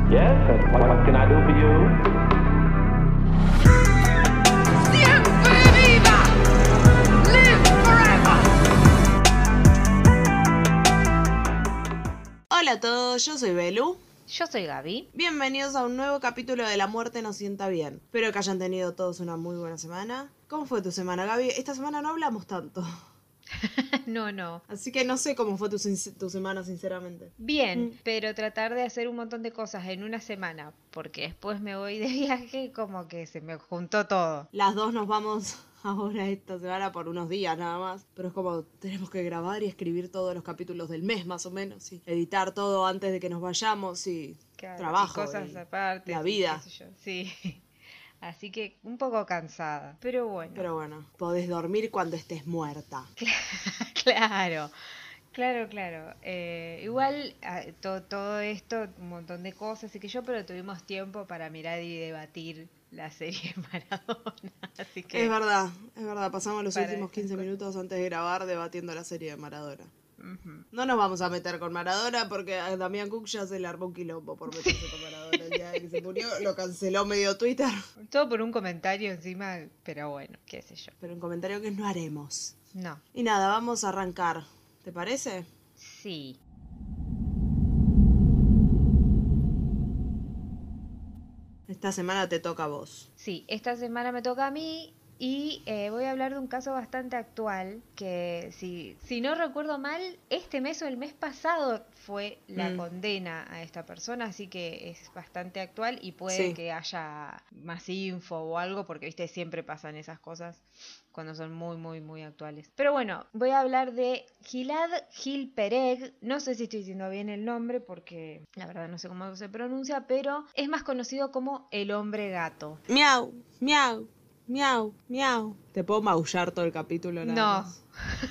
Yes, and what can I do for you? ¡Siempre viva! ¡Live forever! Hola a todos, yo soy Belu. Yo soy Gaby. Bienvenidos a un nuevo capítulo de La Muerte nos sienta bien. Espero que hayan tenido todos una muy buena semana. ¿Cómo fue tu semana, Gaby? Esta semana no hablamos tanto. No. Así que no sé cómo fue tu semana, sinceramente. Bien, pero tratar de hacer un montón de cosas en una semana, porque después me voy de viaje, como que se me juntó todo. Las dos nos vamos ahora esta semana por unos días nada más. Pero es como tenemos que grabar y escribir todos los capítulos del mes más o menos. Y editar todo antes de que nos vayamos y Claro, trabajo. y cosas y aparte. la vida. Qué sé yo. Sí. Así que un poco cansada, pero bueno. Pero bueno, podés dormir cuando estés muerta. Claro. Igual todo esto, un montón de cosas y que yo, pero tuvimos tiempo para mirar y debatir la serie Maradona. Así que Es verdad. Pasamos los Para últimos esas 15 cosas. minutos antes de grabar debatiendo la serie de Maradona. Ujú. No nos vamos a meter con Maradona porque a Damián Cook ya se le armó un quilombo por meterse con Maradona. El día que se murió lo canceló medio Twitter. Todo por un comentario encima, pero bueno, qué sé yo. Pero un comentario que no haremos. No, Y nada, vamos a arrancar. ¿Te parece? sí. Esta semana te toca a vos. Sí, esta semana me toca a mí y voy a hablar de un caso bastante actual que si no recuerdo mal, este mes o el mes pasado fue la condena a esta persona, así que es bastante actual y puede Sí. que haya más info o algo, porque viste, siempre pasan esas cosas cuando son muy actuales. Pero bueno, voy a hablar de Gilad Gil Pereg. No sé si estoy diciendo bien el nombre porque la verdad no sé cómo se pronuncia, pero es más conocido como el hombre gato. Miau, miau, miau, miau. ¿Te puedo maullar todo el capítulo? Nada No. más?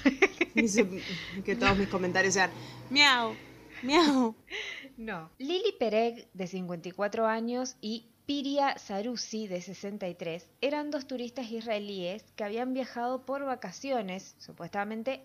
Que todos mis comentarios sean miau, miau. No. Lili Pereg, de 54 años, y Piria Sarusi, de 63, eran dos turistas israelíes que habían viajado por vacaciones, supuestamente,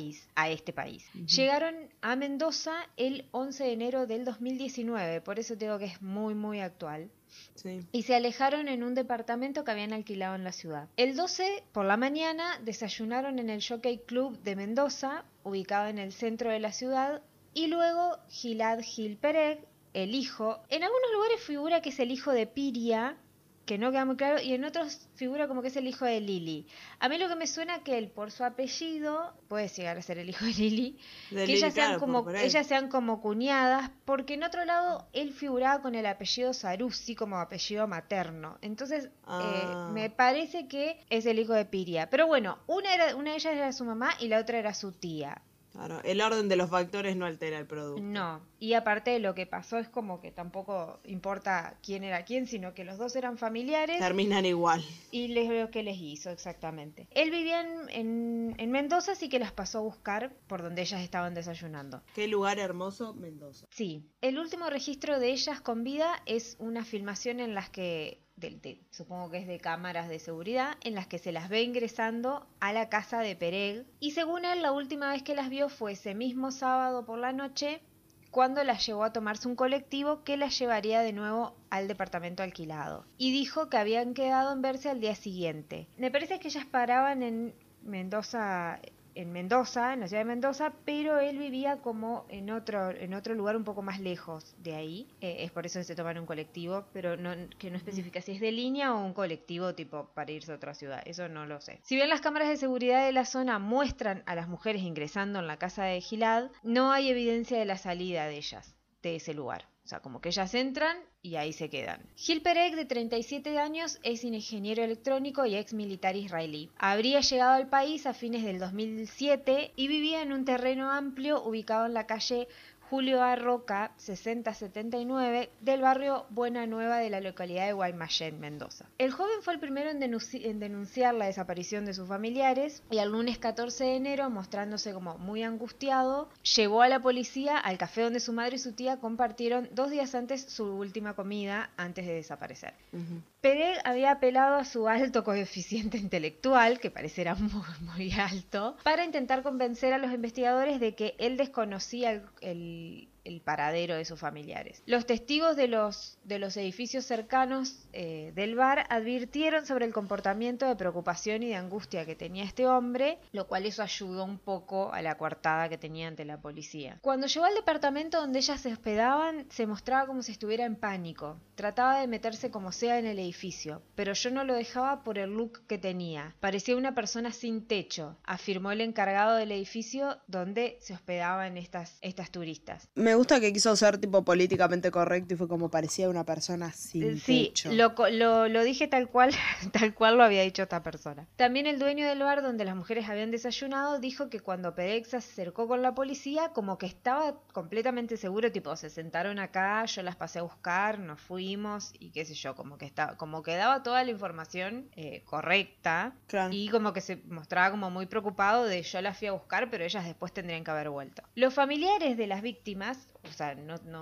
a este país. Llegaron a Mendoza el 11 de enero del 2019, por eso digo que es muy actual. Sí. Y se alejaron en un departamento que habían alquilado en la ciudad. El 12 por la mañana desayunaron en el Jockey Club de Mendoza, ubicado en el centro de la ciudad, y luego Gilad Gil Pereg, el hijo, en algunos lugares figura que es el hijo de Piria, que no queda muy claro, y en otros figura como que es el hijo de Lili. A mí lo que me suena que él, por su apellido, puede llegar a ser el hijo de Lili, De que Lili, ellas sean claro, por él. ellas sean como cuñadas, porque en otro lado él figuraba con el apellido Sarusi como apellido materno. Entonces me parece que es el hijo de Piria. Pero bueno, una de ellas era su mamá y la otra era su tía. Claro, el orden de los factores no altera el producto. No, y aparte lo que pasó es como que tampoco importa quién era quién, sino que los dos eran familiares. Terminan igual. Y lo que les hizo exactamente. Él vivía en Mendoza, así que las pasó a buscar por donde ellas estaban desayunando. Qué lugar hermoso, Mendoza. Sí, el último registro de ellas con vida es una filmación en las que, supongo que es de cámaras de seguridad, en las que se las ve ingresando a la casa de Pereg. Y según él, la última vez que las vio fue ese mismo sábado por la noche, cuando las llevó a tomarse un colectivo que las llevaría de nuevo al departamento alquilado. Y dijo que habían quedado en verse al día siguiente. Me parece que ellas paraban en Mendoza, en la ciudad de Mendoza, pero él vivía como en otro lugar un poco más lejos de ahí. Es por eso que se toman un colectivo, pero que no especifica si es de línea o un colectivo tipo para irse a otra ciudad. Eso no lo sé. Si bien las cámaras de seguridad de la zona muestran a las mujeres ingresando en la casa de Gilad, no hay evidencia de la salida de ellas de ese lugar. O sea, como que ellas entran y ahí se quedan. Gil Pereg, de 37 años, es ingeniero electrónico y ex militar israelí. Habría llegado al país a fines del 2007 y vivía en un terreno amplio ubicado en la calle Julio A. Roca, 6079, del barrio Buena Nueva de la localidad de Guaymallén, Mendoza. El joven fue el primero en denunciar la desaparición de sus familiares y el lunes 14 de enero, mostrándose como muy angustiado, llevó a la policía al café donde su madre y su tía compartieron 2 días antes su última comida antes de desaparecer. Pereg había apelado a su alto coeficiente intelectual, que parecerá muy alto, para intentar convencer a los investigadores de que él desconocía el el paradero de sus familiares. Los testigos de los edificios cercanos del bar advirtieron sobre el comportamiento de preocupación y de angustia que tenía este hombre, lo cual eso ayudó un poco a la coartada que tenía ante la policía. Cuando llegó al departamento donde ellas se hospedaban, se mostraba como si estuviera en pánico. Trataba de meterse como sea en el edificio, pero yo no lo dejaba por el look que tenía. Parecía una persona sin techo, afirmó el encargado del edificio donde se hospedaban estas turistas. Me gusta que quiso ser tipo políticamente correcto y fue como parecía una persona sin techo. Lo dije tal cual lo había dicho esta persona. También el dueño del bar donde las mujeres habían desayunado dijo que cuando Pereg se acercó con la policía, como que estaba completamente seguro, tipo, se sentaron acá, yo las pasé a buscar, nos fuimos y qué sé yo, como que daba toda la información correcta. Claro. Y como que se mostraba como muy preocupado de yo las fui a buscar, pero ellas después tendrían que haber vuelto. Los familiares de las víctimas, o sea,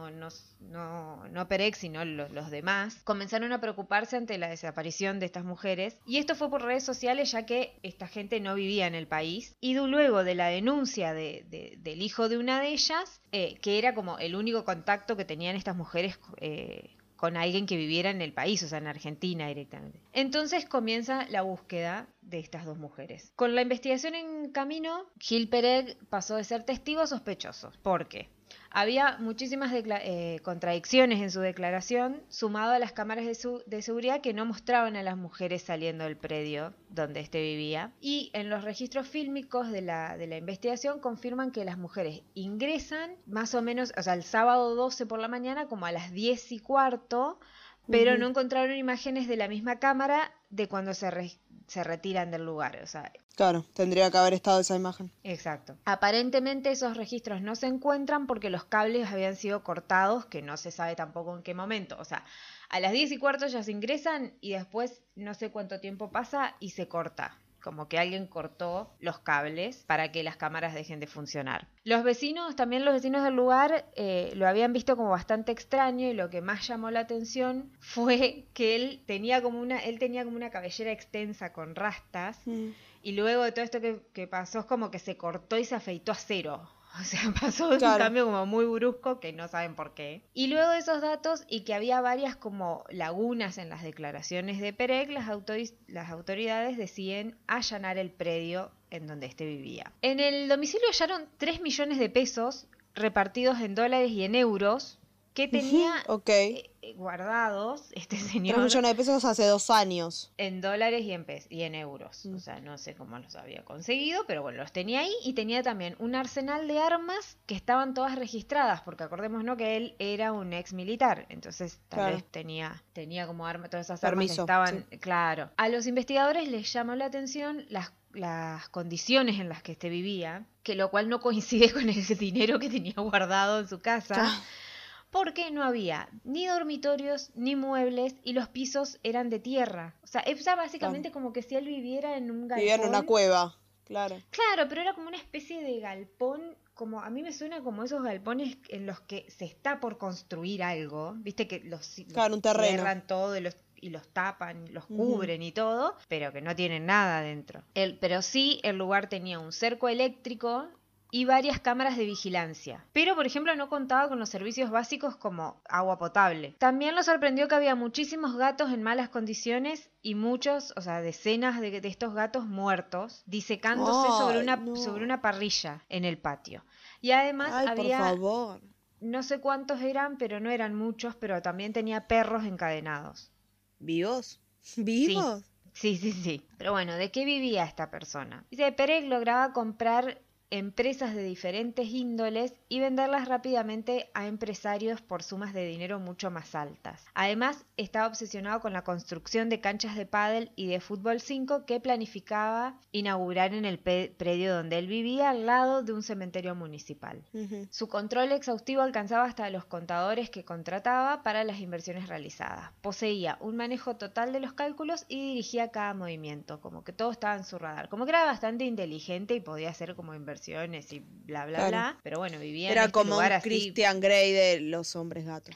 no Pereg, sino los demás, comenzaron a preocuparse ante la desaparición de estas mujeres, y esto fue por redes sociales, ya que esta gente no vivía en el país, y luego de la denuncia del hijo de una de ellas, que era como el único contacto que tenían estas mujeres con alguien que viviera en el país, o sea, en Argentina directamente. Entonces comienza la búsqueda de estas dos mujeres. Con la investigación en camino, Gil Pereg pasó de ser testigo a sospechoso. ¿Por qué? Había muchísimas contradicciones en su declaración, sumado a las cámaras de seguridad que no mostraban a las mujeres saliendo del predio donde éste vivía. Y en los registros fílmicos de la investigación confirman que las mujeres ingresan más o menos, o sea, el sábado 12 por la mañana, como a las 10:15, pero no encontraron imágenes de la misma cámara de cuando se retiran del lugar, o sea... Claro, tendría que haber estado esa imagen. Exacto. Aparentemente esos registros no se encuentran porque los cables habían sido cortados, que no se sabe tampoco en qué momento. O sea, a las 10:15 ya se ingresan y después no sé cuánto tiempo pasa y se corta. Como que alguien cortó los cables para que las cámaras dejen de funcionar. Los vecinos del lugar lo habían visto como bastante extraño, y lo que más llamó la atención fue que él tenía como una cabellera extensa con rastas, y luego de todo esto que pasó es como que se cortó y se afeitó a cero. O sea, pasó un cambio como muy brusco que no saben por qué. Y luego de esos datos y que había varias como lagunas en las declaraciones de Pereg, las autoridades deciden allanar el predio en donde éste vivía. En el domicilio hallaron 3 millones de pesos repartidos en dólares y en euros que tenía guardados este señor. 3 millones de pesos hace 2 años. En dólares y en euros. O sea, no sé cómo los había conseguido, pero bueno, los tenía ahí. Y tenía también un arsenal de armas que estaban todas registradas, porque acordémonos que él era un ex militar. Entonces tal vez tenía como arma, todas esas armas estaban... Sí. Claro. A los investigadores les llamó la atención las condiciones en las que este vivía, que lo cual no coincide con el dinero que tenía guardado en su casa. Porque no había ni dormitorios ni muebles y los pisos eran de tierra. O sea, básicamente como que si él viviera en un galpón. Vivía en una cueva, claro. Claro, pero era como una especie de galpón, como a mí me suena como esos galpones en los que se está por construir algo. Viste que los cierran todo y los tapan, los cubren y todo, pero que no tienen nada dentro. Pero sí, el lugar tenía un cerco eléctrico y varias cámaras de vigilancia. Pero, por ejemplo, no contaba con los servicios básicos como agua potable. También lo sorprendió que había muchísimos gatos en malas condiciones y muchos, o sea, decenas de estos gatos muertos, disecándose sobre una parrilla en el patio. Y además había... por favor. No sé cuántos eran, pero no eran muchos, pero también tenía perros encadenados. ¿Vivos? ¿Vivos? Sí. Pero bueno, ¿de qué vivía esta persona? Dice, Pereg lograba comprar empresas de diferentes índoles y venderlas rápidamente a empresarios por sumas de dinero mucho más altas. Además, estaba obsesionado con la construcción de canchas de pádel y de fútbol 5 que planificaba inaugurar en el predio donde él vivía, al lado de un cementerio municipal. Su control exhaustivo alcanzaba hasta los contadores que contrataba para las inversiones realizadas. Poseía un manejo total de los cálculos y dirigía cada movimiento, como que todo estaba en su radar. Como que era bastante inteligente y podía hacer como inversiones y bla bla, pero bueno, vivía en este lugar así. Era como Christian Grey de los hombres gatos.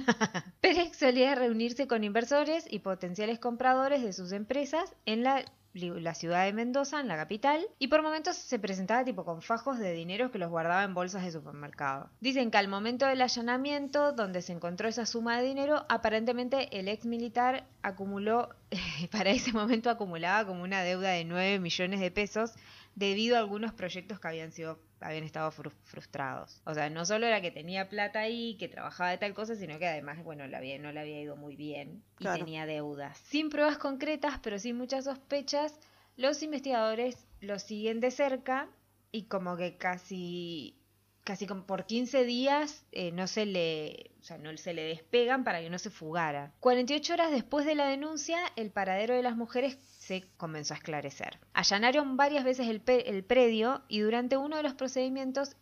Pereg solía reunirse con inversores y potenciales compradores de sus empresas en la la ciudad de Mendoza, en la capital, y por momentos se presentaba tipo con fajos de dinero que los guardaba en bolsas de supermercado. Dicen que al momento del allanamiento, donde se encontró esa suma de dinero, aparentemente el ex militar acumuló, para ese momento acumulaba como una deuda de 9 millones de pesos debido a algunos proyectos que habían estado frustrados. O sea, no solo era que tenía plata ahí, que trabajaba de tal cosa, sino que además, bueno, no le había ido muy bien y Claro. tenía deudas. Sin pruebas concretas, pero sin muchas sospechas, los investigadores lo siguen de cerca y como que casi como por 15 días no se le despegan para que no se fugara. 48 horas después de la denuncia, el paradero de las mujeres se comenzó a esclarecer. Allanaron varias veces el predio y durante uno de los procedimientos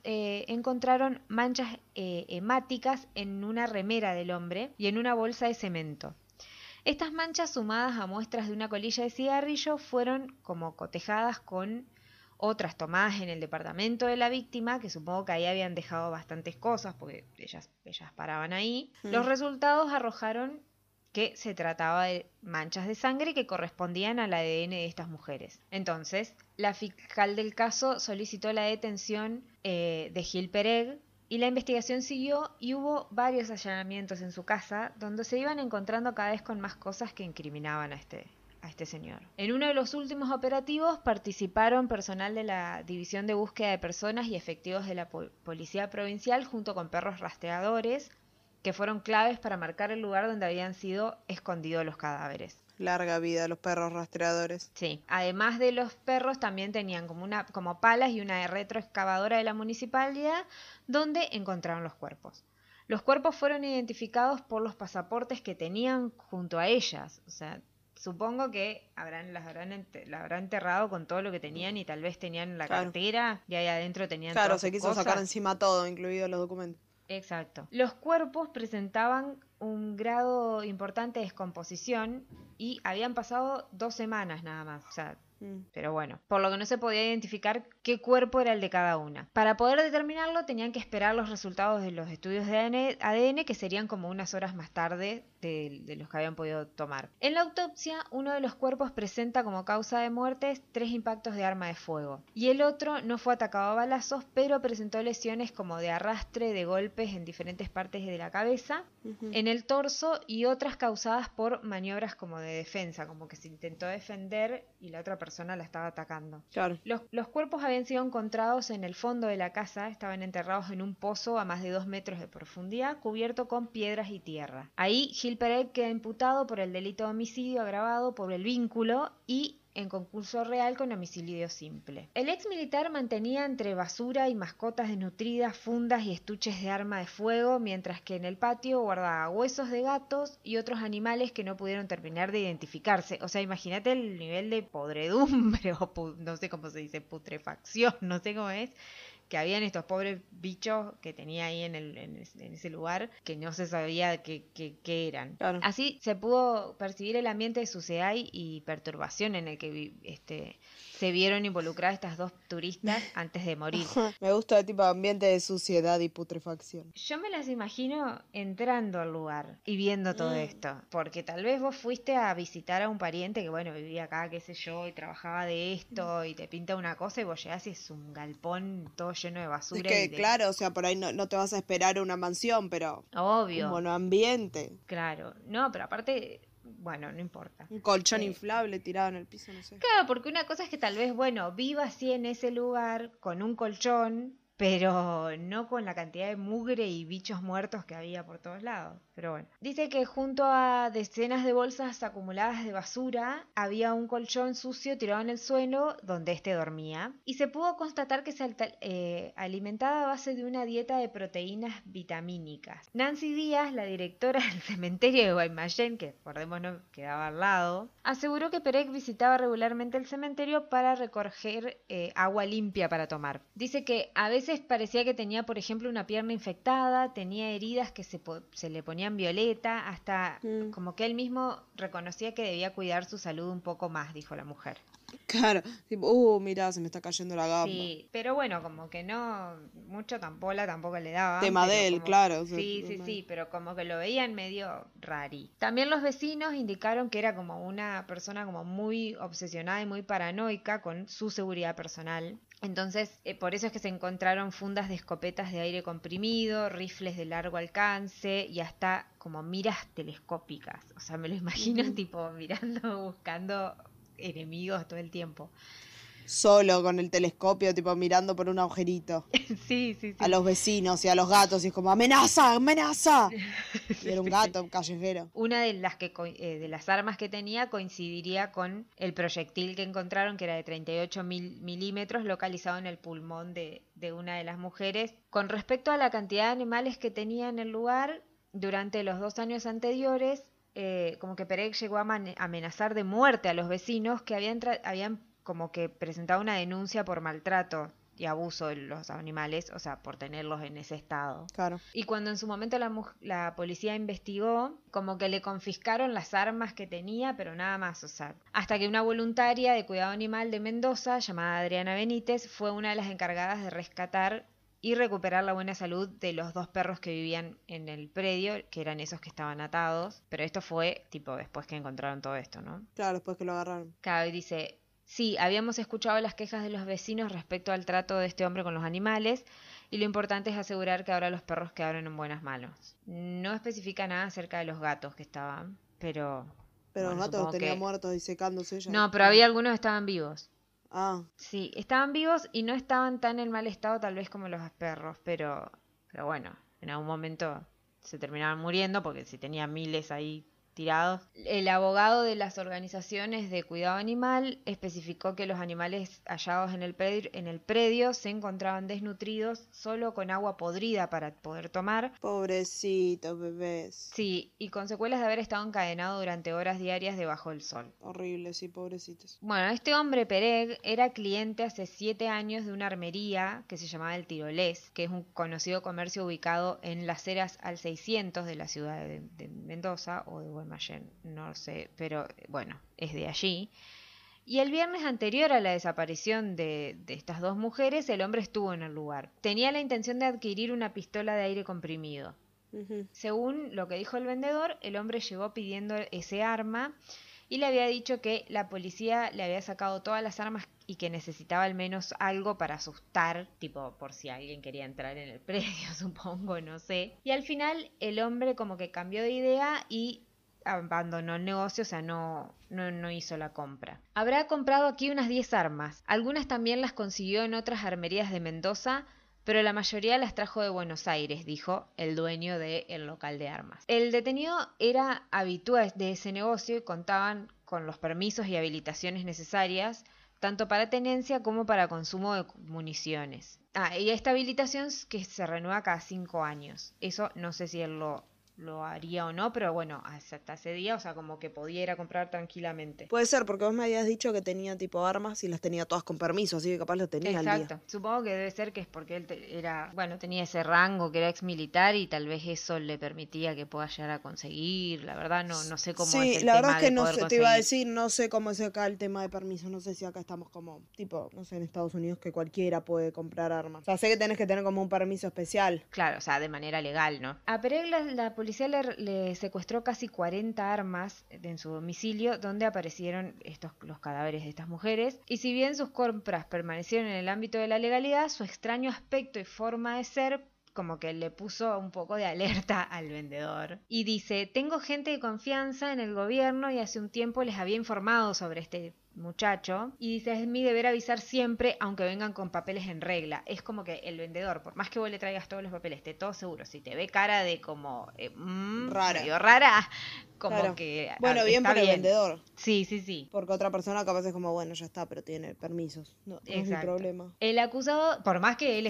encontraron manchas hemáticas en una remera del hombre y en una bolsa de cemento. Estas manchas, sumadas a muestras de una colilla de cigarrillo, fueron como cotejadas con otras tomadas en el departamento de la víctima, que supongo que ahí habían dejado bastantes cosas, porque ellas paraban ahí. Los resultados arrojaron que se trataba de manchas de sangre que correspondían al ADN de estas mujeres. Entonces, la fiscal del caso solicitó la detención de Gil Pereg, y la investigación siguió y hubo varios allanamientos en su casa, donde se iban encontrando cada vez con más cosas que incriminaban a este señor. En uno de los últimos operativos participaron personal de la División de Búsqueda de Personas y efectivos de la Policía Provincial junto con perros rastreadores, que fueron claves para marcar el lugar donde habían sido escondidos los cadáveres. Larga vida los perros rastreadores. Sí, además de los perros también tenían como palas y una retroexcavadora de la municipalidad donde encontraron los cuerpos. Los cuerpos fueron identificados por los pasaportes que tenían junto a ellas, o sea, supongo que la habrán enterrado con todo lo que tenían y tal vez tenían la cartera y ahí adentro tenían Claro, todas se sus quiso cosas. sacar encima todo, incluidos los documentos. Exacto. Los cuerpos presentaban un grado importante de descomposición y habían pasado 2 semanas nada más, o sea, pero bueno, por lo que no se podía identificar qué cuerpo era el de cada una. Para poder determinarlo tenían que esperar los resultados de los estudios de ADN, que serían como unas horas más tarde de los que habían podido tomar. En la autopsia, uno de los cuerpos presenta como causa de muerte 3 impactos de arma de fuego y el otro no fue atacado a balazos, pero presentó lesiones como de arrastre, de golpes en diferentes partes de la cabeza, en el torso y otras causadas por maniobras como de defensa, como que se intentó defender y la otra persona la estaba atacando. Claro. Los cuerpos habían sido encontrados en el fondo de la casa, estaban enterrados en un pozo a más de 2 metros de profundidad, cubierto con piedras y tierra. Ahí Gil Pereg queda imputado por el delito de homicidio agravado por el vínculo y en concurso real con homicidio simple. El ex militar mantenía entre basura y mascotas desnutridas, fundas y estuches de arma de fuego, mientras que en el patio guardaba huesos de gatos y otros animales que no pudieron terminar de identificarse. O sea, imagínate el nivel de podredumbre o no sé cómo se dice, putrefacción, no sé cómo es, que habían estos pobres bichos que tenía ahí en ese lugar, que no se sabía qué eran. Claro. Así se pudo percibir el ambiente de suciedad y perturbación en el que se vieron involucradas estas 2 turistas antes de morir. Me gusta el tipo de ambiente de suciedad y putrefacción. Yo me las imagino entrando al lugar y viendo todo esto, porque tal vez vos fuiste a visitar a un pariente que, bueno, vivía acá, qué sé yo, y trabajaba de esto, y te pinta una cosa, y vos llegás y es un galpón todo lleno de basura. Es que, claro, o sea, por ahí no te vas a esperar una mansión, pero Obvio. un monoambiente. Claro, no, pero aparte, bueno, no importa. Un colchón inflable tirado en el piso, no sé. Claro, porque una cosa es que tal vez, bueno, viva así en ese lugar con un colchón, pero no con la cantidad de mugre y bichos muertos que había por todos lados. Pero bueno, dice que junto a decenas de bolsas acumuladas de basura había un colchón sucio tirado en el suelo donde éste dormía, y se pudo constatar que se alimentaba a base de una dieta de proteínas vitamínicas. Nancy Díaz, la directora del cementerio de Guaymallén, que recordémonos quedaba al lado, aseguró que Pereg visitaba regularmente el cementerio para recoger agua limpia para tomar. Dice que a veces parecía que tenía, por ejemplo, una pierna infectada, tenía heridas que se le ponían violeta, hasta como que él mismo reconocía que debía cuidar su salud un poco más, dijo la mujer. Claro, tipo, mirá, se me está cayendo la gamba. Sí, pero bueno, como que no, mucho tampoco le daban. Tema pero de él, como- claro. O sea, Sí, sí, sí, pero como que lo veían medio rari. También los vecinos indicaron que era como una persona como muy obsesionada y muy paranoica con su seguridad personal. Entonces, por eso es que se encontraron fundas de escopetas de aire comprimido, rifles de largo alcance y hasta como miras telescópicas. O sea, me lo imagino Ujú. tipo mirando, buscando enemigos todo el tiempo. Solo con el telescopio, tipo, mirando por un agujerito. Sí, sí, A sí. los vecinos y a los gatos, y es como, ¡amenaza! ¡Amenaza! Y Sí, era un sí, sí. gato callejero. Una de las de las armas que tenía coincidiría con el proyectil que encontraron, que era de 38 milímetros, localizado en el pulmón de una de las mujeres. Con respecto a la cantidad de animales que tenía en el lugar, durante los 2 años anteriores, como que Perec llegó a amenazar de muerte a los vecinos que habían como que presentado una denuncia por maltrato y abuso de los animales, o sea, por tenerlos en ese estado. Claro. Y cuando en su momento la policía investigó, como que le confiscaron las armas que tenía, pero nada más, o sea, hasta que una voluntaria de cuidado animal de Mendoza, llamada Adriana Benítez, fue una de las encargadas de rescatar y recuperar la buena salud de los 2 perros que vivían en el predio, que eran esos que estaban atados, pero esto fue tipo después que encontraron todo esto, ¿no? Claro, después que lo agarraron. Cada vez dice, sí, habíamos escuchado las quejas de los vecinos respecto al trato de este hombre con los animales y lo importante es asegurar que ahora los perros quedaron en buenas manos. No especifica nada acerca de los gatos que estaban, pero... Pero bueno, los gatos supongo los tenía que... muertos y secándose ya. No, pero había algunos que estaban vivos. Ah, Sí, estaban vivos y no estaban tan en mal estado tal vez como los perros, pero bueno, en algún momento se terminaban muriendo porque si tenían miles ahí tirados. El abogado de las organizaciones de cuidado animal especificó que los animales hallados en el predio se encontraban desnutridos, solo con agua podrida para poder tomar. pobrecitos bebés. Sí, y con secuelas de haber estado encadenado durante horas diarias debajo del sol. Horrible, sí, pobrecitos. Bueno, este hombre Pereg era cliente hace 7 años de una armería que se llamaba El Tirolés, que es un conocido comercio ubicado en Las Heras al 600 de la ciudad de Mendoza o de Guaymallén, no sé, pero bueno, es de allí. Y el viernes anterior a la desaparición de estas 2 mujeres, el hombre estuvo en el lugar. Tenía la intención de adquirir una pistola de aire comprimido. Ujú. Según lo que dijo el vendedor, el hombre llegó pidiendo ese arma y le había dicho que la policía le había sacado todas las armas y que necesitaba al menos algo para asustar, tipo por si alguien quería entrar en el predio, supongo, no sé. Y al final el hombre como que cambió de idea y abandonó el negocio, o sea, no hizo la compra. Habrá comprado aquí unas 10 armas. Algunas también las consiguió en otras armerías de Mendoza, pero la mayoría las trajo de Buenos Aires, dijo el dueño del local de armas. El detenido era habitué de ese negocio y contaban con los permisos y habilitaciones necesarias, tanto para tenencia como para consumo de municiones. Y esta habilitación es que se renueva cada 5 años. Eso no sé si él lo haría o no, pero bueno, hasta ese día, o sea, como que podía ir a comprar tranquilamente. Puede ser, porque vos me habías dicho que tenía tipo armas y las tenía todas con permiso, así que capaz lo tenía al día. Exacto. Supongo que debe ser que es porque él tenía ese rango, que era ex militar y tal vez eso le permitía que pueda llegar a conseguir. La verdad no sé cómo es Sí, el la verdad tema es que de no poder sé, te iba a conseguir. decir, no sé cómo es acá el tema de permiso, no sé si acá estamos como, tipo, no sé, en Estados Unidos que cualquiera puede comprar armas. O sea, sé que tenés que tener como un permiso especial. Claro, o sea, de manera legal, ¿no? A Pereg la policía le secuestró casi 40 armas en su domicilio, donde aparecieron los cadáveres de estas mujeres. Y si bien sus compras permanecieron en el ámbito de la legalidad, su extraño aspecto y forma de ser como que le puso un poco de alerta al vendedor. Y dice, tengo gente de confianza en el gobierno y hace un tiempo les había informado sobre este muchacho y dice, es mi deber avisar siempre aunque vengan con papeles en regla. Es como que el vendedor, por más que vos le traigas todos los papeles, esté todo seguro, si te ve cara de como Rara. medio rara, como Claro. que Bueno, bien está por el vendedor. Sí, sí, sí. Porque otra persona capaz es como, bueno, ya está, pero tiene permisos. No es mi problema. El acusado, por más que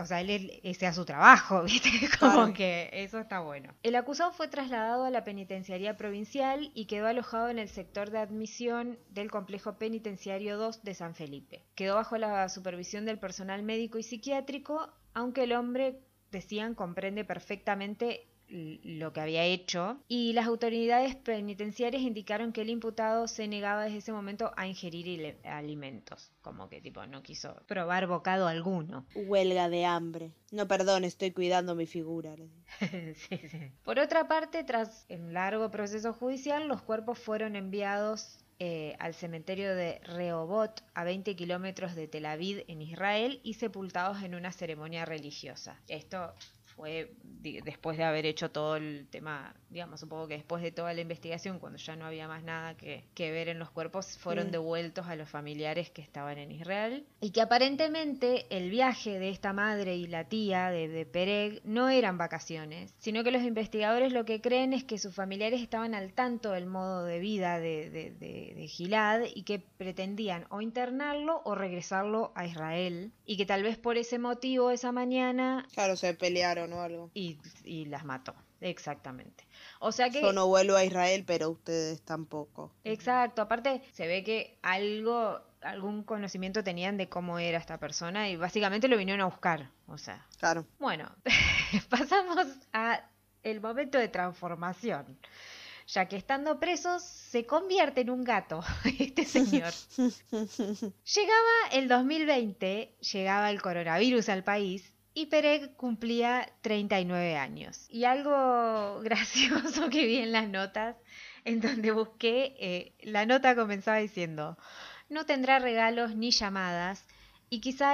él sea su trabajo, ¿viste? Como Claro. que eso está bueno. El acusado fue trasladado a la penitenciaría provincial y quedó alojado en el sector de admisión del complejo penitenciario 2 de San Felipe. Quedó bajo la supervisión del personal médico y psiquiátrico, aunque el hombre, decían, comprende perfectamente lo que había hecho, y las autoridades penitenciarias indicaron que el imputado se negaba desde ese momento a ingerir alimentos, como que tipo no quiso probar bocado alguno. Huelga de hambre. No, perdón, estoy cuidando mi figura. Sí, sí. Por otra parte, tras un largo proceso judicial, los cuerpos fueron enviados al cementerio de Rehovot, a 20 kilómetros de Tel Aviv, en Israel, y sepultados en una ceremonia religiosa. Esto fue después de haber hecho todo el tema, digamos, supongo que después de toda la investigación, cuando ya no había más nada que ver en los cuerpos, fueron devueltos a los familiares que estaban en Israel, y que aparentemente el viaje de esta madre y la tía de Pereg no eran vacaciones, sino que los investigadores lo que creen es que sus familiares estaban al tanto del modo de vida de Gilad, y que pretendían o internarlo o regresarlo a Israel, y que tal vez por ese motivo esa mañana... Claro, se pelearon o algo. Y las mató, exactamente. O sea que... Yo no vuelvo a Israel, pero ustedes tampoco. Exacto, aparte se ve que algún conocimiento tenían de cómo era esta persona y básicamente lo vinieron a buscar, o sea. Claro. Bueno, pasamos a el momento de transformación, ya que estando presos se convierte en un gato este señor. Llegaba el 2020, llegaba el coronavirus al país, y Pereg cumplía 39 años. Y algo gracioso que vi en las notas, en donde busqué, la nota comenzaba diciendo: no tendrá regalos ni llamadas, y quizá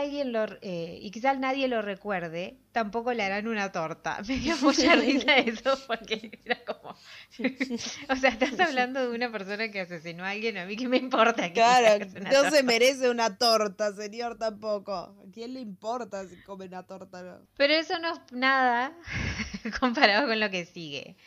nadie lo recuerde, tampoco le harán una torta. Me dio mucha risa eso, porque era como... o sea, estás hablando de una persona que asesinó a alguien, a mí qué me importa que Claro, una no torta. se merece una torta, señor, tampoco. ¿A quién le importa si come una torta? No? Pero eso no es nada comparado con lo que sigue.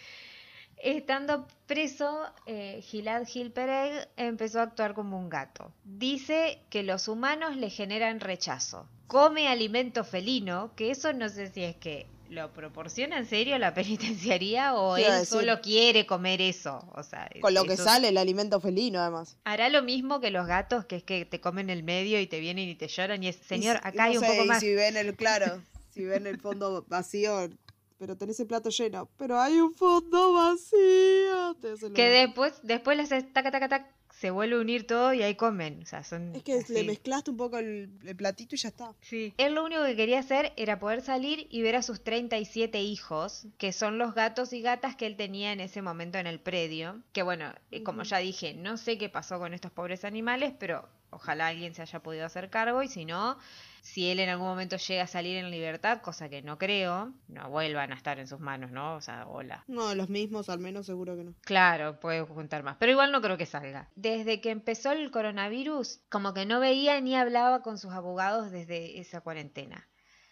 Estando preso, Gilad Gil Pereg empezó a actuar como un gato. Dice que los humanos le generan rechazo. Come alimento felino, que eso no sé si es que lo proporciona en serio la penitenciaría o ¿Qué iba a él decir? solo quiere comer eso. O sea, Con lo que eso sale el alimento felino, además. hará lo mismo que los gatos, que es que te comen el medio y te vienen y te lloran y es, señor, Y acá hay no un sé, poco y más. si ven si ven el fondo vacío, pero tenés el plato lleno, pero hay un fondo vacío. Que después le haces taca, taca, tac, se vuelve a unir todo y ahí comen. O sea, son Es que así. le mezclaste un poco el platito y ya está. Sí. Él lo único que quería hacer era poder salir y ver a sus 37 hijos, que son los gatos y gatas que él tenía en ese momento en el predio. Que bueno, como ya dije, no sé qué pasó con estos pobres animales, pero ojalá alguien se haya podido hacer cargo, y si no, si él en algún momento llega a salir en libertad, cosa que no creo, no vuelvan a estar en sus manos, ¿no? O sea, hola. No, los mismos al menos seguro que no. Claro, puede juntar más, pero igual no creo que salga. Desde que empezó el coronavirus, como que no veía ni hablaba con sus abogados desde esa cuarentena.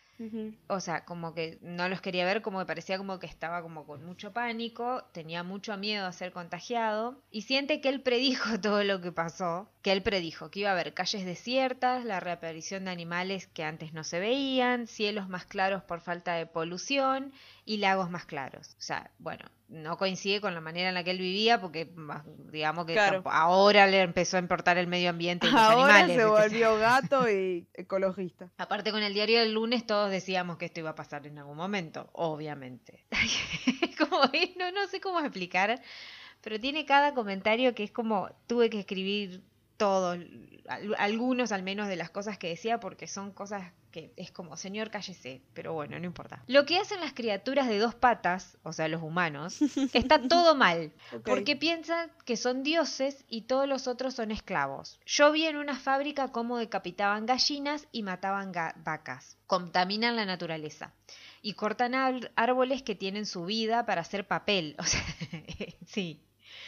O sea, como que no los quería ver, como que parecía como que estaba como con mucho pánico, tenía mucho miedo a ser contagiado, y siente que él predijo todo lo que pasó, que él predijo que iba a haber calles desiertas, la reaparición de animales que antes no se veían, cielos más claros por falta de polución y lagos más claros. O sea, bueno, no coincide con la manera en la que él vivía, porque digamos que Claro. ahora le empezó a importar el medio ambiente y los Ahora animales. se ¿viste? volvió gato y ecologista. Aparte, con el diario del lunes todos decíamos que esto iba a pasar en algún momento, obviamente. Como, no sé cómo explicar, pero tiene cada comentario que es como, tuve que escribir todos, algunos al menos de las cosas que decía, porque son cosas que es como, señor, cállese, pero bueno, no importa. Lo que hacen las criaturas de dos patas, o sea, los humanos, está todo mal, Ok. porque piensan que son dioses y todos los otros son esclavos. Yo vi en una fábrica cómo decapitaban gallinas y mataban vacas, contaminan la naturaleza y cortan árboles que tienen su vida para hacer papel, o sea, sí.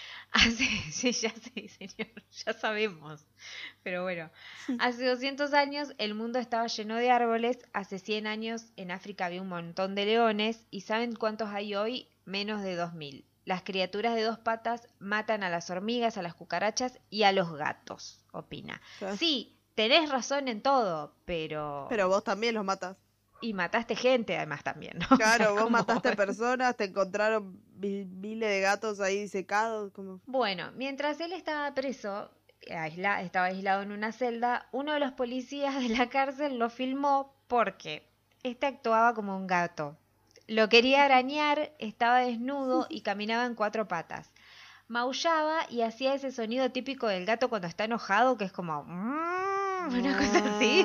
Sí, ya sé, señor, ya sabemos. Pero bueno, hace 200 años el mundo estaba lleno de árboles, hace 100 años en África había un montón de leones, y ¿saben cuántos hay hoy? Menos de 2000. Las criaturas de dos patas matan a las hormigas, a las cucarachas y a los gatos, opina. Claro. Sí, tenés razón en todo, pero... Pero vos también los matas. Y mataste gente además también, ¿no? Claro, O sea, vos como- mataste personas, te encontraron miles de gatos ahí secados. Como... Bueno, mientras él estaba preso, estaba aislado en una celda, uno de los policías de la cárcel lo filmó porque este actuaba como un gato. Lo quería arañar, estaba desnudo y caminaba en 4 patas. Maullaba y hacía ese sonido típico del gato cuando está enojado, que es como... una cosa así.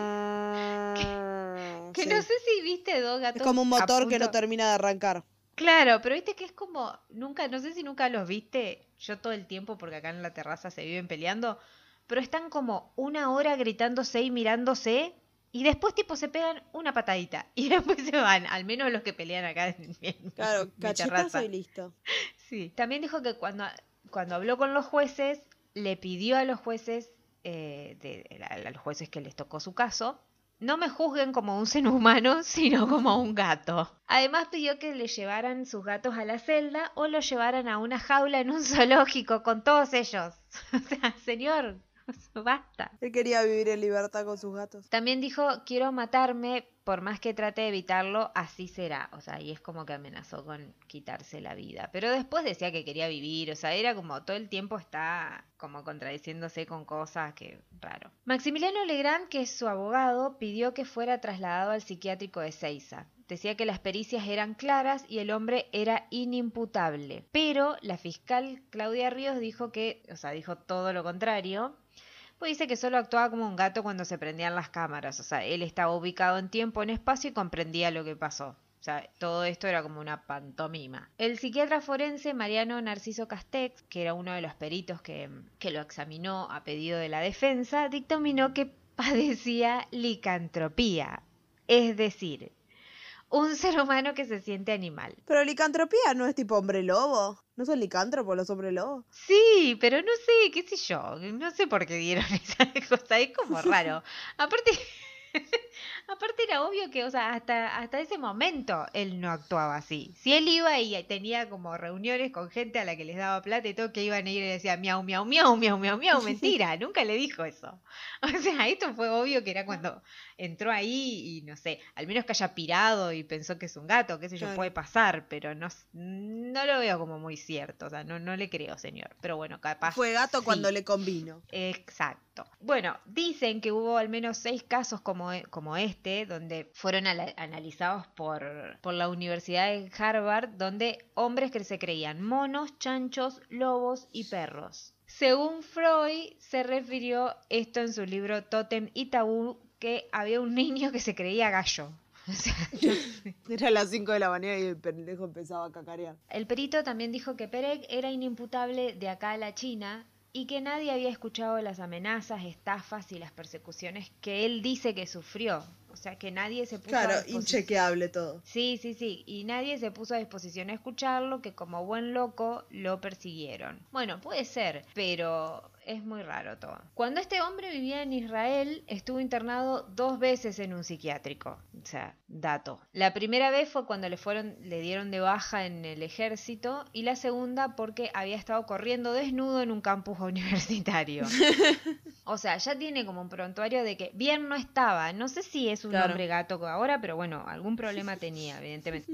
Que Sí. no sé si viste 2 gatos Es como un a motor que punto- no termina de arrancar. Claro, pero viste que es como... Nunca, no sé si nunca los viste. Yo todo el tiempo, porque acá en la terraza se viven peleando. Pero están como 1 hora gritándose y mirándose. Y después tipo se pegan una patadita. Y después se van. Al menos los que pelean acá en Claro, mi cachetazo terraza. y listo. Sí. También dijo que cuando habló con los jueces, le pidió a los jueces, a los jueces que les tocó su caso, no me juzguen como un ser humano, sino como un gato. Además pidió que le llevaran sus gatos a la celda o los llevaran a una jaula en un zoológico con todos ellos. O sea, señor, basta. Él quería vivir en libertad con sus gatos. También dijo, quiero matarme, por más que trate de evitarlo, así será. O sea, y es como que amenazó con quitarse la vida. Pero después decía que quería vivir, o sea, era como todo el tiempo está como contradiciéndose con cosas que raro. Maximiliano Legrand, que es su abogado, pidió que fuera trasladado al psiquiátrico de Seiza. Decía que las pericias eran claras y el hombre era inimputable. Pero la fiscal Claudia Ríos dijo dijo todo lo contrario. Pues dice que solo actuaba como un gato cuando se prendían las cámaras. O sea, él estaba ubicado en tiempo, en espacio y comprendía lo que pasó. O sea, todo esto era como una pantomima. El psiquiatra forense Mariano Narciso Castex, que era uno de los peritos que lo examinó a pedido de la defensa, dictaminó que padecía licantropía. Es decir, un ser humano que se siente animal. Pero licantropía no es tipo hombre lobo. ¿No son licántropos los hombres lobos? Sí, pero no sé, qué sé yo, no sé por qué dieron esa cosa, es como raro. Aparte, aparte era obvio que, o sea, hasta ese momento él no actuaba así. Si él iba y tenía como reuniones con gente a la que les daba plata y todo, que iban a ir y le decía miau, miau, miau, miau, miau, miau, mentira, nunca le dijo eso. O sea, esto fue obvio que era cuando entró ahí y no sé, al menos que haya pirado y pensó que es un gato, qué sé yo, Claro. puede pasar, pero no lo veo como muy cierto, o sea, no le creo, señor. Pero bueno, capaz Fue gato sí. cuando le convino. Exacto. Bueno, dicen que hubo al menos 6 casos como este, donde fueron analizados por la Universidad de Harvard, donde hombres que se creían monos, chanchos, lobos y perros. Según Freud, se refirió esto en su libro Tótem y Tabú, que había un niño que se creía gallo. O sea, Era las 5 de la mañana y el pendejo empezaba a cacarear. el perito también dijo que Perec era inimputable de acá a la China y que nadie había escuchado las amenazas, estafas y las persecuciones que él dice que sufrió. O sea, que nadie se puso a Claro, disposición. inchequeable todo. Sí. Y nadie se puso a disposición a escucharlo, que como buen loco lo persiguieron. Bueno, puede ser, pero es muy raro todo. Cuando este hombre vivía en Israel, estuvo internado 2 veces en un psiquiátrico. O sea, dato. La primera vez fue cuando le dieron de baja en el ejército y la segunda porque había estado corriendo desnudo en un campus universitario. O sea, ya tiene como un prontuario de que bien no estaba. No sé si es un Claro. hombre gato ahora, pero bueno, algún problema tenía, evidentemente.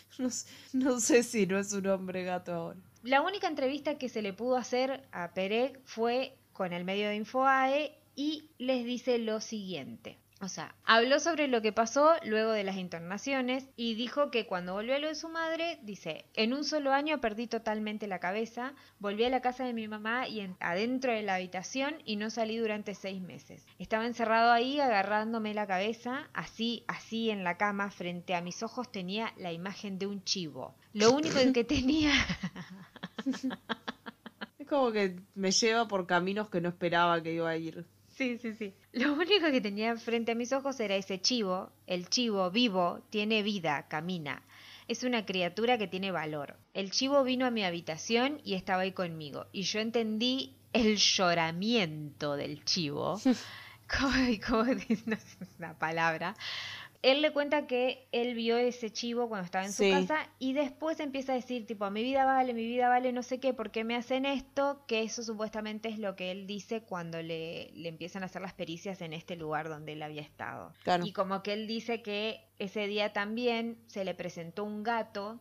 No sé si no es un hombre gato ahora. La única entrevista que se le pudo hacer a Perec fue con el medio de Infoae y les dice lo siguiente. O sea, habló sobre lo que pasó luego de las internaciones y dijo que cuando volvió a lo de su madre, dice, en un solo año perdí totalmente la cabeza, volví a la casa de mi mamá y adentro de la habitación y no salí durante 6 meses. Estaba encerrado ahí agarrándome la cabeza, así en la cama, frente a mis ojos tenía la imagen de un chivo. Lo único que tenía... Es como que me lleva por caminos que no esperaba que iba a ir. Sí. Lo único que tenía frente a mis ojos era ese chivo. El chivo vivo tiene vida, camina. Es una criatura que tiene valor. El chivo vino a mi habitación y estaba ahí conmigo. Y yo entendí el lloramiento del chivo. ¿Cómo no sé la palabra? Él le cuenta que él vio ese chivo cuando estaba en su Sí. casa y después empieza a decir tipo, mi vida vale, no sé qué, ¿por qué me hacen esto? Que eso supuestamente es lo que él dice cuando le empiezan a hacer las pericias en este lugar donde él había estado. Claro. Y como que él dice que ese día también se le presentó un gato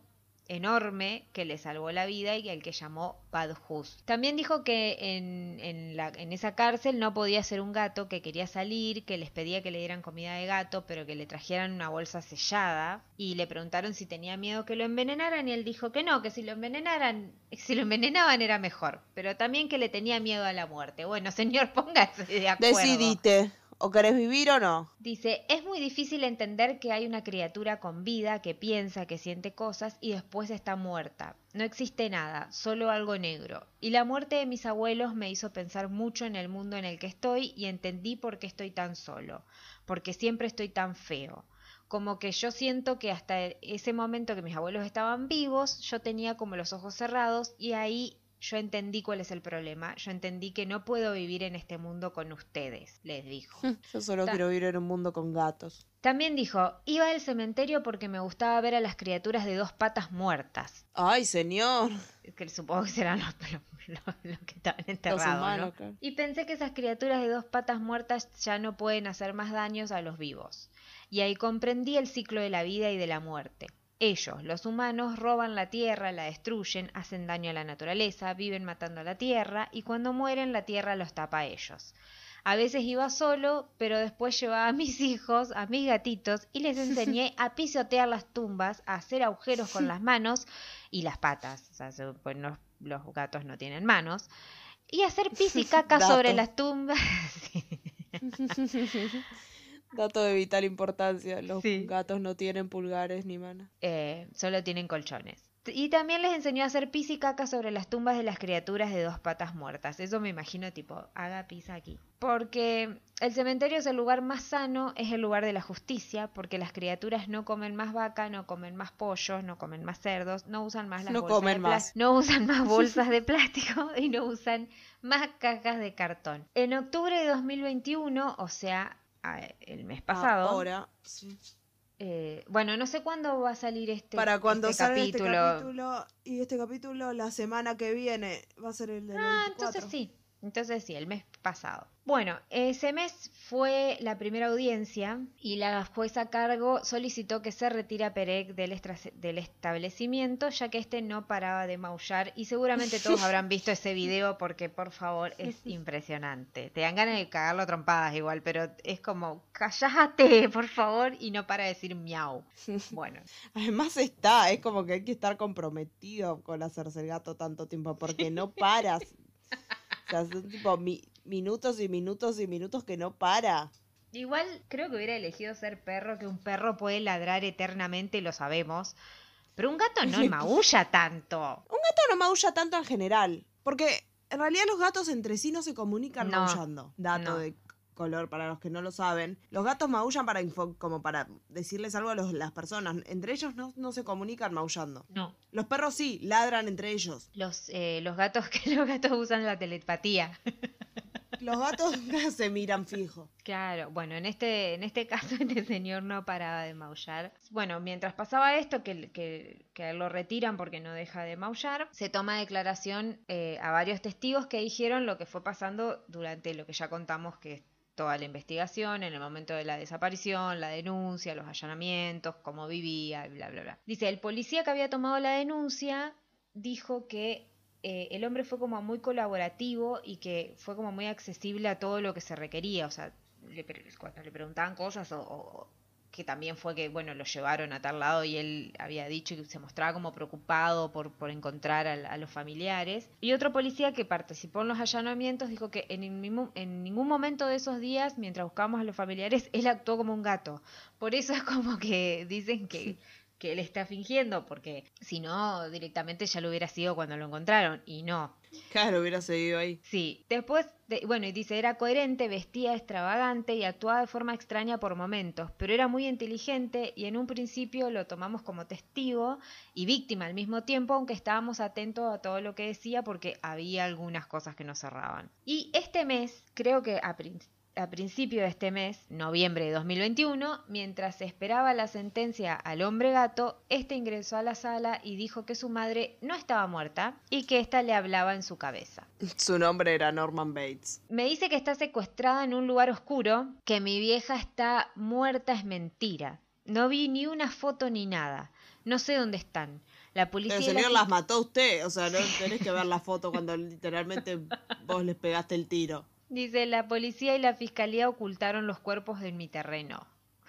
enorme que le salvó la vida y al que llamó Badhus. También dijo que en esa cárcel no podía ser un gato, que quería salir, que les pedía que le dieran comida de gato, pero que le trajeran una bolsa sellada, y le preguntaron si tenía miedo que lo envenenaran y él dijo que no, que si lo envenenaban era mejor, pero también que le tenía miedo a la muerte. Bueno, señor, póngase de acuerdo. Decidite, o querés vivir o no. Dice, es muy difícil entender que hay una criatura con vida que piensa, que siente cosas y después está muerta. No existe nada, solo algo negro. Y la muerte de mis abuelos me hizo pensar mucho en el mundo en el que estoy y entendí por qué estoy tan solo, porque siempre estoy tan feo. Como que yo siento que hasta ese momento que mis abuelos estaban vivos, yo tenía como los ojos cerrados y ahí yo entendí cuál es el problema. Yo entendí que no puedo vivir en este mundo con ustedes, les dijo. Yo solo quiero vivir en un mundo con gatos. También dijo, iba al cementerio porque me gustaba ver a las criaturas de 2 patas muertas. Ay, señor. Que supongo que serán los que estaban enterrados, Los humanos, ¿no? claro. Y pensé que esas criaturas de 2 patas muertas ya no pueden hacer más daños a los vivos. Y ahí comprendí el ciclo de la vida y de la muerte. Ellos, los humanos, roban la tierra, la destruyen, hacen daño a la naturaleza, viven matando a la tierra y cuando mueren la tierra los tapa a ellos. A veces iba solo, pero después llevaba a mis hijos, a mis gatitos y les enseñé a pisotear las tumbas, a hacer agujeros con las manos y las patas. O sea, pues los gatos no tienen manos. Y hacer pis y caca sobre las tumbas. Sí. Dato de vital importancia, los Sí. gatos no tienen pulgares ni manos. Solo tienen colchones. Y también les enseñó a hacer pis y caca sobre las tumbas de las criaturas de 2 patas muertas. Eso me imagino tipo, haga pis aquí. Porque el cementerio es el lugar más sano, es el lugar de la justicia, porque las criaturas no comen más vaca, no comen más pollos, no comen más cerdos, no usan más las No bolsas comen de más. no usan más bolsas de plástico y no usan más cajas de cartón. En octubre de 2021, o sea, el mes pasado. Ahora, sí. Bueno, no sé cuándo va a salir Para cuando salga capítulo. este capítulo, y este capítulo la semana que viene va a ser el del 24. Entonces sí, el mes pasado. Bueno, ese mes fue la primera audiencia y la jueza a cargo solicitó que se retire a Perec del establecimiento, ya que este no paraba de maullar y seguramente todos habrán visto ese video porque, por favor, es impresionante. Te dan ganas de cagarlo a trompadas igual, pero es como, cállate, por favor, y no para de decir miau. Bueno. Además es como que hay que estar comprometido con hacerse el gato tanto tiempo porque no paras. O sea, son tipo minutos y minutos y minutos que no para. Igual creo que hubiera elegido ser perro, que un perro puede ladrar eternamente, lo sabemos. Pero un gato no maulla tanto. Un gato no maulla tanto en general. Porque en realidad los gatos entre sí no se comunican No, maullando. Dato de color para los que no lo saben. Los gatos maullan como para decirles algo a las personas. Entre ellos no se comunican maullando. No. Los perros sí, ladran entre ellos. Los gatos usan la telepatía. Los gatos se miran fijo. Claro, bueno, en este caso este señor no paraba de maullar. Bueno, mientras pasaba esto, que lo retiran porque no deja de maullar, se toma declaración a varios testigos que dijeron lo que fue pasando durante lo que ya contamos, que es toda la investigación, en el momento de la desaparición, la denuncia, los allanamientos, cómo vivía, bla, bla, bla. Dice, el policía que había tomado la denuncia dijo que el hombre fue como muy colaborativo y que fue como muy accesible a todo lo que se requería. O sea, cuando le preguntaban cosas o que también fue que, bueno, lo llevaron a tal lado y él había dicho que se mostraba como preocupado por encontrar a los familiares. Y otro policía que participó en los allanamientos dijo que en ningún momento de esos días, mientras buscábamos a los familiares, él actuó como un gato. Por eso es como que dicen que él está fingiendo, porque si no, directamente ya lo hubiera sido cuando lo encontraron, y no. Claro, hubiera seguido ahí. Sí, después, y dice, era coherente, vestía extravagante y actuaba de forma extraña por momentos, pero era muy inteligente y en un principio lo tomamos como testigo y víctima al mismo tiempo, aunque estábamos atentos a todo lo que decía porque había algunas cosas que nos cerraban. Y este mes, creo que a principio de este mes, noviembre de 2021, mientras se esperaba la sentencia al hombre gato, este ingresó a la sala y dijo que su madre no estaba muerta y que ésta le hablaba en su cabeza. Su nombre era Norman Bates. Me dice que está secuestrada en un lugar oscuro, que mi vieja está muerta es mentira. No vi ni una foto ni nada. No sé dónde están. La policía Pero y la señor, las mató usted. O sea, no tenés que ver la foto cuando literalmente vos les pegaste el tiro. Dice, la policía y la fiscalía ocultaron los cuerpos en mi terreno.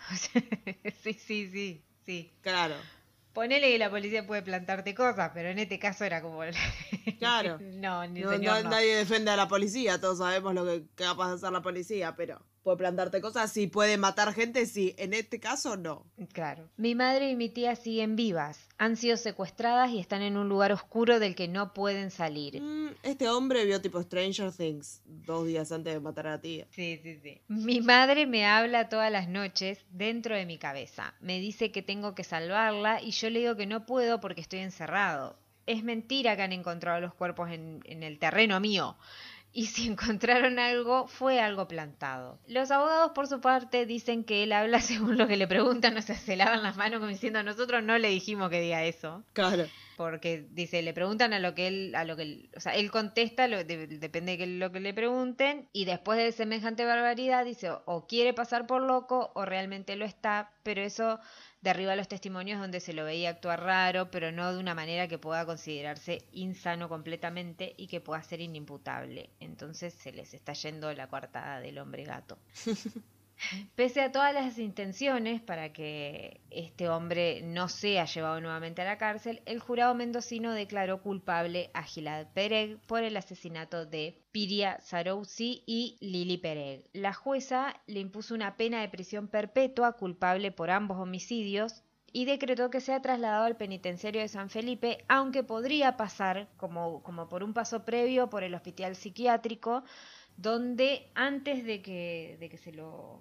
Sí. Claro, Ponele que la policía puede plantarte cosas, pero en este caso era como... claro. No, ni No, señor, no. nadie defiende a la policía. Todos sabemos lo que es capaz de hacer la policía, pero puede plantarte cosas. Sí, puede matar gente, sí. En este caso, no. Claro. Mi madre y mi tía siguen vivas. Han sido secuestradas y están en un lugar oscuro del que no pueden salir. Este hombre vio tipo Stranger Things 2 días antes de matar a la tía. Sí. Mi madre me habla todas las noches dentro de mi cabeza. Me dice que tengo que salvarla y yo le digo que no puedo porque estoy encerrado. Es mentira que han encontrado los cuerpos en el terreno mío. Y si encontraron algo, fue algo plantado. Los abogados, por su parte, dicen que él habla según lo que le preguntan, o sea, se lavan las manos como diciendo, nosotros no le dijimos que diga eso. Claro. Porque, dice, le preguntan a lo que él, o sea, él contesta, depende de lo que le pregunten, y después de semejante barbaridad, dice, o quiere pasar por loco, o realmente lo está, pero eso derriba los testimonios donde se lo veía actuar raro, pero no de una manera que pueda considerarse insano completamente y que pueda ser inimputable. Entonces se les está yendo la coartada del hombre gato. Pese a todas las intenciones para que este hombre no sea llevado nuevamente a la cárcel, el jurado mendocino declaró culpable a Gilad Pereg por el asesinato de Piria Saroussi y Lili Pereg. La jueza le impuso una pena de prisión perpetua culpable por ambos homicidios y decretó que sea trasladado al penitenciario de San Felipe, aunque podría pasar como por un paso previo por el hospital psiquiátrico, donde antes de que se lo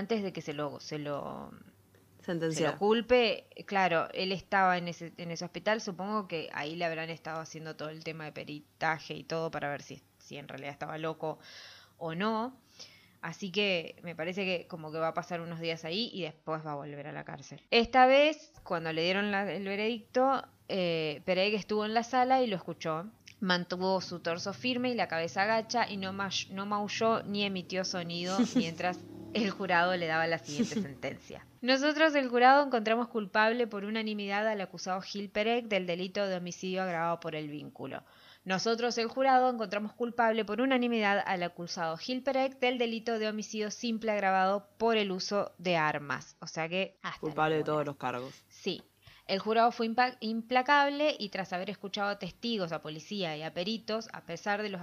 Sentenciar. culpe, claro, él estaba en ese hospital, supongo que ahí le habrán estado haciendo todo el tema de peritaje y todo para ver si en realidad estaba loco o no. Así que me parece que como que va a pasar unos días ahí y después va a volver a la cárcel. Esta vez, cuando le dieron el veredicto, Pereg estuvo en la sala y lo escuchó. Mantuvo su torso firme y la cabeza agacha y no maulló ni emitió sonido mientras el jurado le daba la siguiente sentencia. Nosotros, el jurado, encontramos culpable por unanimidad al acusado Gil Pereg del delito de homicidio agravado por el vínculo. Nosotros, el jurado, encontramos culpable por unanimidad al acusado Gil Pereg del delito de homicidio simple agravado por el uso de armas. O sea que... Culpable de todos los cargos. Sí. El jurado fue implacable y tras haber escuchado a testigos, a policía y a peritos, a pesar de los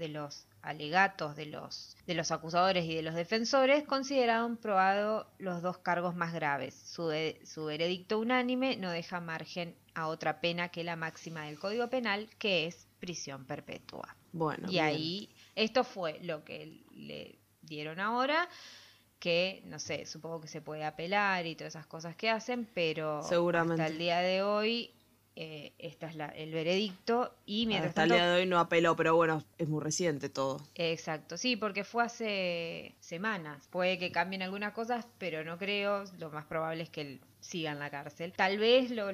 alegatos de los acusadores y de los defensores, consideraron probado los dos cargos más graves. Su veredicto unánime no deja margen a otra pena que la máxima del Código Penal, que es prisión perpetua. Bueno. Y bien. ahí, esto fue lo que le dieron ahora, que, no sé, supongo que se puede apelar y todas esas cosas que hacen, pero Seguramente. hasta el día de hoy, este es el veredicto y mientras Hasta el tanto... día de hoy no apeló, pero bueno, es muy reciente todo. Exacto, sí, porque fue hace semanas. Puede que cambien algunas cosas, pero no creo. Lo más probable es que él siga en la cárcel. Tal vez lo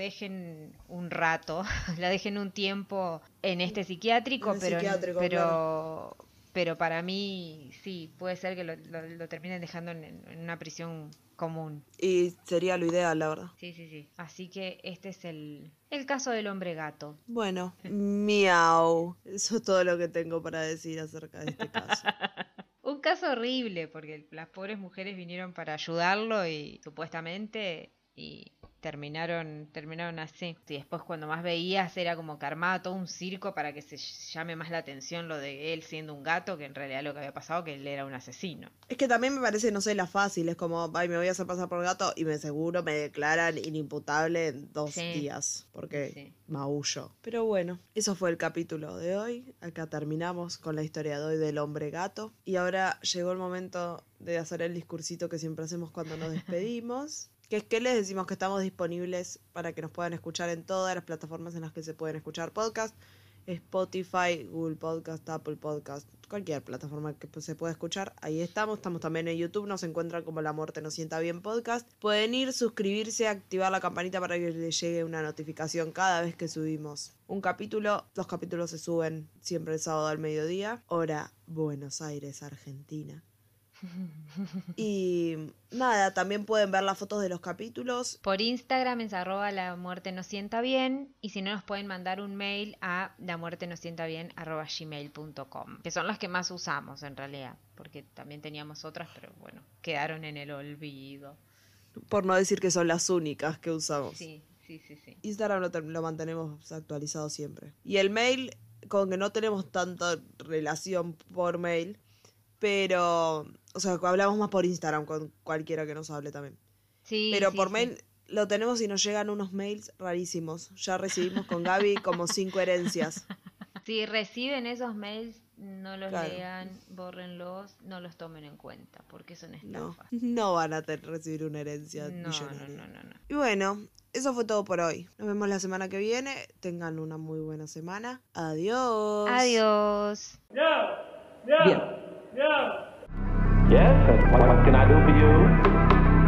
dejen un rato, lo dejen un tiempo en este psiquiátrico, En el psiquiátrico, claro. Pero para mí sí, puede ser que lo terminen dejando en una prisión común. Y sería lo ideal, la verdad. Sí. Así que este es el caso del hombre gato. Bueno, miau. Eso es todo lo que tengo para decir acerca de este caso. Un caso horrible, porque las pobres mujeres vinieron para ayudarlo y supuestamente y terminaron así. Y después cuando más veías era como que armaba todo un circo para que se llame más la atención lo de él siendo un gato, que en realidad lo que había pasado que él era un asesino. Es que también me parece, no sé, la fácil. Es como, ay, me voy a hacer pasar por gato y me declaran inimputable en 2 días. Porque maullo. Pero bueno, eso fue el capítulo de hoy. Acá terminamos con la historia de hoy del hombre gato. Y ahora llegó el momento de hacer el discursito que siempre hacemos cuando nos despedimos. Que es que les decimos que estamos disponibles para que nos puedan escuchar en todas las plataformas en las que se pueden escuchar podcast. Spotify, Google Podcast, Apple Podcast, cualquier plataforma que se pueda escuchar, ahí estamos. Estamos también en YouTube, nos encuentran como La Muerte Nos Sienta Bien Podcast. Pueden ir, suscribirse, activar la campanita para que les llegue una notificación cada vez que subimos un capítulo. Los capítulos se suben siempre el sábado al mediodía, hora Buenos Aires, Argentina. Y nada, también pueden ver las fotos de los capítulos. Por Instagram es @lamuertenossientabien y si no nos pueden mandar un mail a lamuertenossientabien@gmail.com, que son las que más usamos en realidad, porque también teníamos otras, pero bueno, quedaron en el olvido. Por no decir que son las únicas que usamos. Sí. Instagram lo mantenemos actualizado siempre. Y el mail, con que no tenemos tanta relación por mail, pero, o sea, hablamos más por Instagram con cualquiera que nos hable también. Sí, pero sí, por sí. mail lo tenemos y nos llegan unos mails rarísimos. Ya recibimos con Gaby como 5 herencias. Si reciben esos mails, no los Claro. lean, bórrenlos, no los tomen en cuenta, porque son estafas. No van a recibir una herencia No. millonaria. Y bueno, eso fue todo por hoy. Nos vemos la semana que viene. Tengan una muy buena semana. Adiós. Adiós. Yes, and what can I do for you?